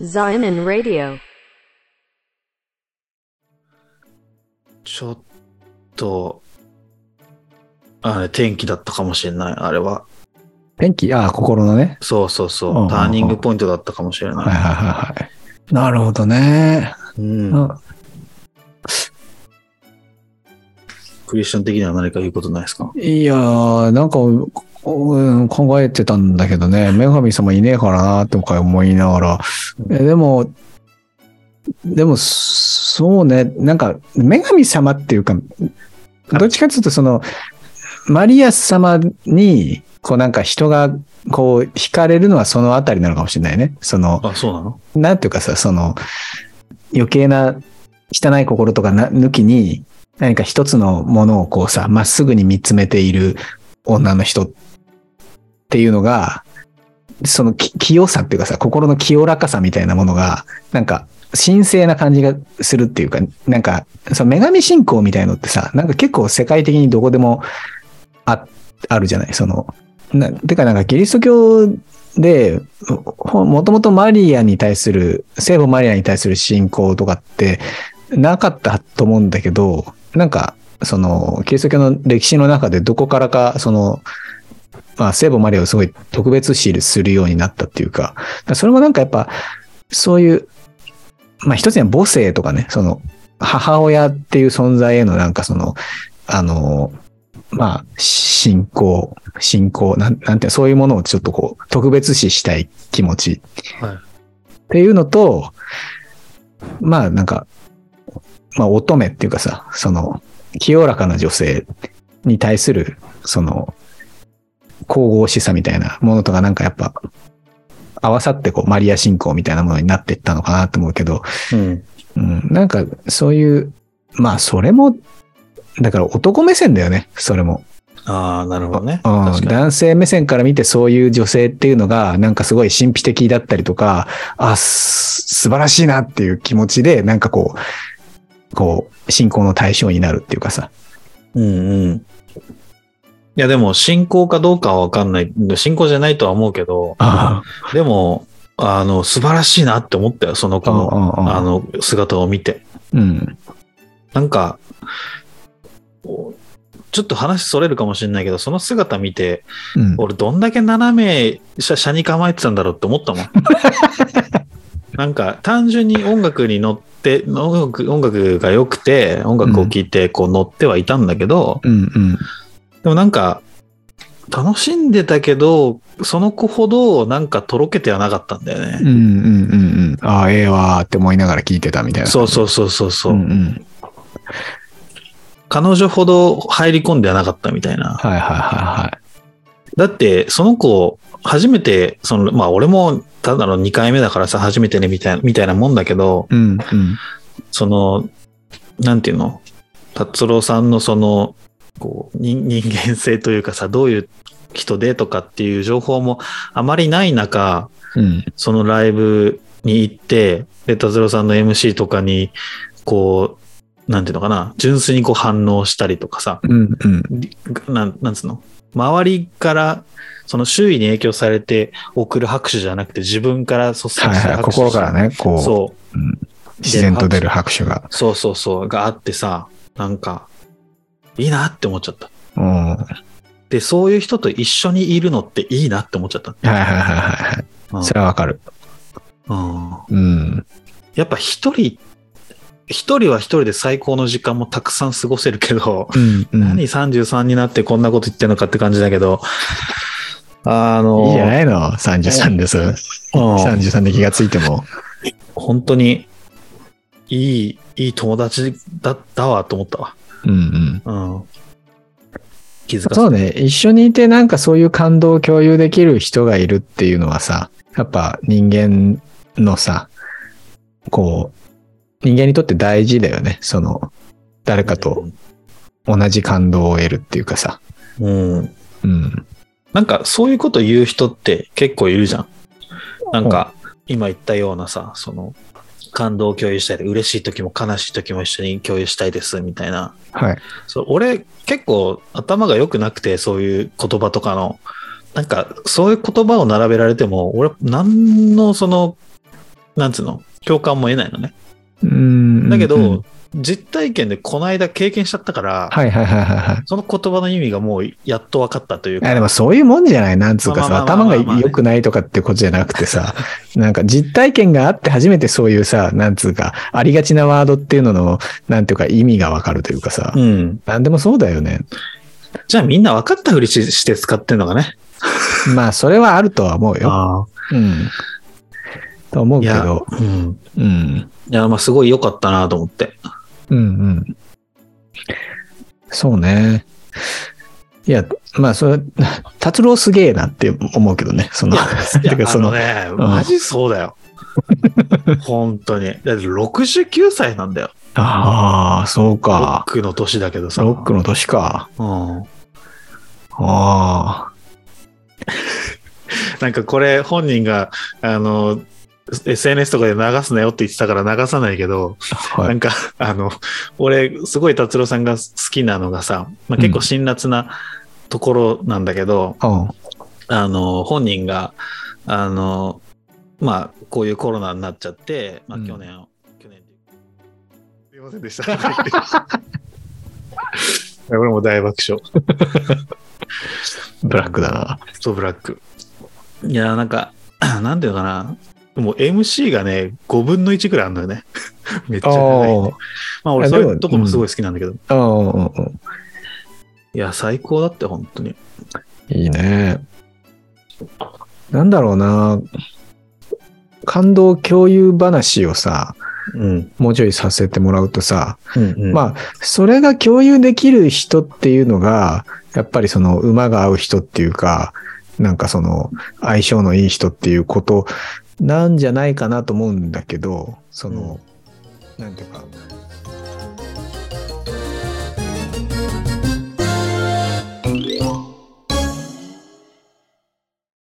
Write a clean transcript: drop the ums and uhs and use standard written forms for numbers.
Zion Radio。 ちょっと、あれ、転機だったかもしれない、あれは。 天気、心のね。 そうそうそう。ターニングポイントだったかもしれない。 はいはいはいはい。なるほどね。 うん。クリスチャン的には何か言うことないですか？ いやー、なんか、考えてたんだけどね、女神様いねえからなとか思いながら、でも、そうね、なんか、女神様っていうか、どっちかというと、その、マリア様に、こうなんか人が、こう、惹かれるのはそのあたりなのかもしれないね。その、 あ、そうなの？ なんていうかさ、その、余計な汚い心とか抜きに、何か一つのものをこうさ、まっすぐに見つめている女の人っていうのが、その清さっていうかさ、心の清らかさみたいなものが、なんか、神聖な感じがするっていうか、なんか、その女神信仰みたいのってさ、なんか結構世界的にどこでもあるじゃない。その、てかなんかキリスト教で、もともとマリアに対する、聖母マリアに対する信仰とかってなかったと思うんだけど、なんか、その、キリスト教の歴史の中でどこからか、その、聖母マリアをすごい特別視するようになったっていうか、それもなんかやっぱ、そういう、一つには母性とかね、その、母親っていう存在へのなんかその、信仰、なんていうの、そういうものをちょっとこう、特別視したい気持ち。 はい。 っていうのと、なんか、乙女っていうかさ、その、清らかな女性に対する、その、神々しさみたいなものとかなんかやっぱ、合わさってこう、マリア信仰みたいなものになっていったのかなと思うけど、なんか、そういう、それも、だから男目線だよね、それも。 ああ、なるほどね。 男性目線から見てそういう女性っていうのがなんかすごい神秘的だったりとか、素晴らしいなっていう気持ちでなんかこう信仰の対象になるっていうかさ。 うんうん。いやでも信仰かどうかはわかんない。信仰じゃないとは思うけど、でも素晴らしいなって思ったよ、その子の姿を見て。 うん。 なんかちょっと話それるかもしれないけど、その姿見て、俺どんだけ斜め車に構えてたんだろうって思ったもん。なんか単純に音楽に乗って、音楽が良くて、音楽を聴いてこう乗ってはいたんだけど、でもなんか楽しんでたけど、その子ほどなんかとろけてはなかったんだよね。 ええわーって思いながら聴いてたみたいな。 そう。彼女ほど入り込んではなかったみたいな。だって、その子、初めて、俺も、ただの2回目だからさ、初めてね、みたいなもんだけど、その、なんていうの、達郎さんのその、こう、人間性というかさ、どういう人でとかっていう情報もあまりない中、そのライブに行って、で、達郎さんの MC とかに、こう、なんていうのかな、純粋にこう反応したりとかさ、なんつうの、周りからその周囲に影響されて送る拍手じゃなくて自分から率先して拍手、 心からね、こう、 そう、 自然と出る拍手が、 そうがあってさ、なんかいいなって思っちゃった。で、そういう人と一緒にいるのっていいなって思っちゃった。それはわかる。やっぱ一人は一人で最高の時間もたくさん過ごせるけど、何33になってこんなこと言ってんのかって感じだけど、いいじゃないの ?33 です。33で気がついても。 本当に、いい友達だったわと思ったわ。気づかせて。 そうね。一緒にいてなんかそういう感動を共有できる人がいるっていうのはさ、やっぱ人間のさ、こう、人間にとって大事だよね。その、誰かと同じ感動を得るっていうかさ。 なんかそういうこと言う人って結構いるじゃん。なんか今言ったようなさ、その感動を共有したいで、嬉しい時も悲しい時も一緒に共有したいですみたいな。俺結構頭が良くなくて、そういう言葉とかの、なんかそういう言葉を並べられても、俺何のそのなんつうの共感も得ないのね。 だけど、実体験でこの間経験しちゃったから、 はいはいはいはい。 その言葉の意味がもうやっと分かったというか。 でもそういうもんじゃないなんつうかさ、頭が良くないとかってことじゃなくてさ、なんか実体験があって初めてそういうさ、なんつうか、ありがちなワードっていうのの、なんていうか意味が分かるというかさ、なんでもそうだよね。 じゃあみんな分かったふりして使ってんのかね。 まあ、それはあるとは思うよ。と思うけど。 いや、まあすごい良かったなと思って。 そうね。いや、まあ、それ、達郎すげえなって思うけどね。 マジそうだよ。本当に。だって69歳なんだよ。 ああ、そうか。 ロックの年だけどさ。 ロックの年か。 なんかこれ本人が、SNS とかで流すなよって言ってたから流さないけど、なんか、俺、すごい達郎さんが好きなのがさ、結構辛辣なところなんだけど、本人が、こういうコロナになっちゃって、去年、すいませんでした。俺も大爆笑。 ブラックだな。 そう、ブラック。いや、なんか、なんていうのかな。もう MC がね、5分の1くらいあるんだよね。めっちゃ長い、ね。俺そういうとこもすごい好きなんだけど。いや、最高だって、本当に。 いいね。なんだろうな。感動共有話をさ、もうちょいさせてもらうとさ、まあ、それが共有できる人っていうのが、やっぱりその馬が合う人っていうか、なんかその相性のいい人っていうことなんじゃないかなと思うんだけど、その、なんていうか、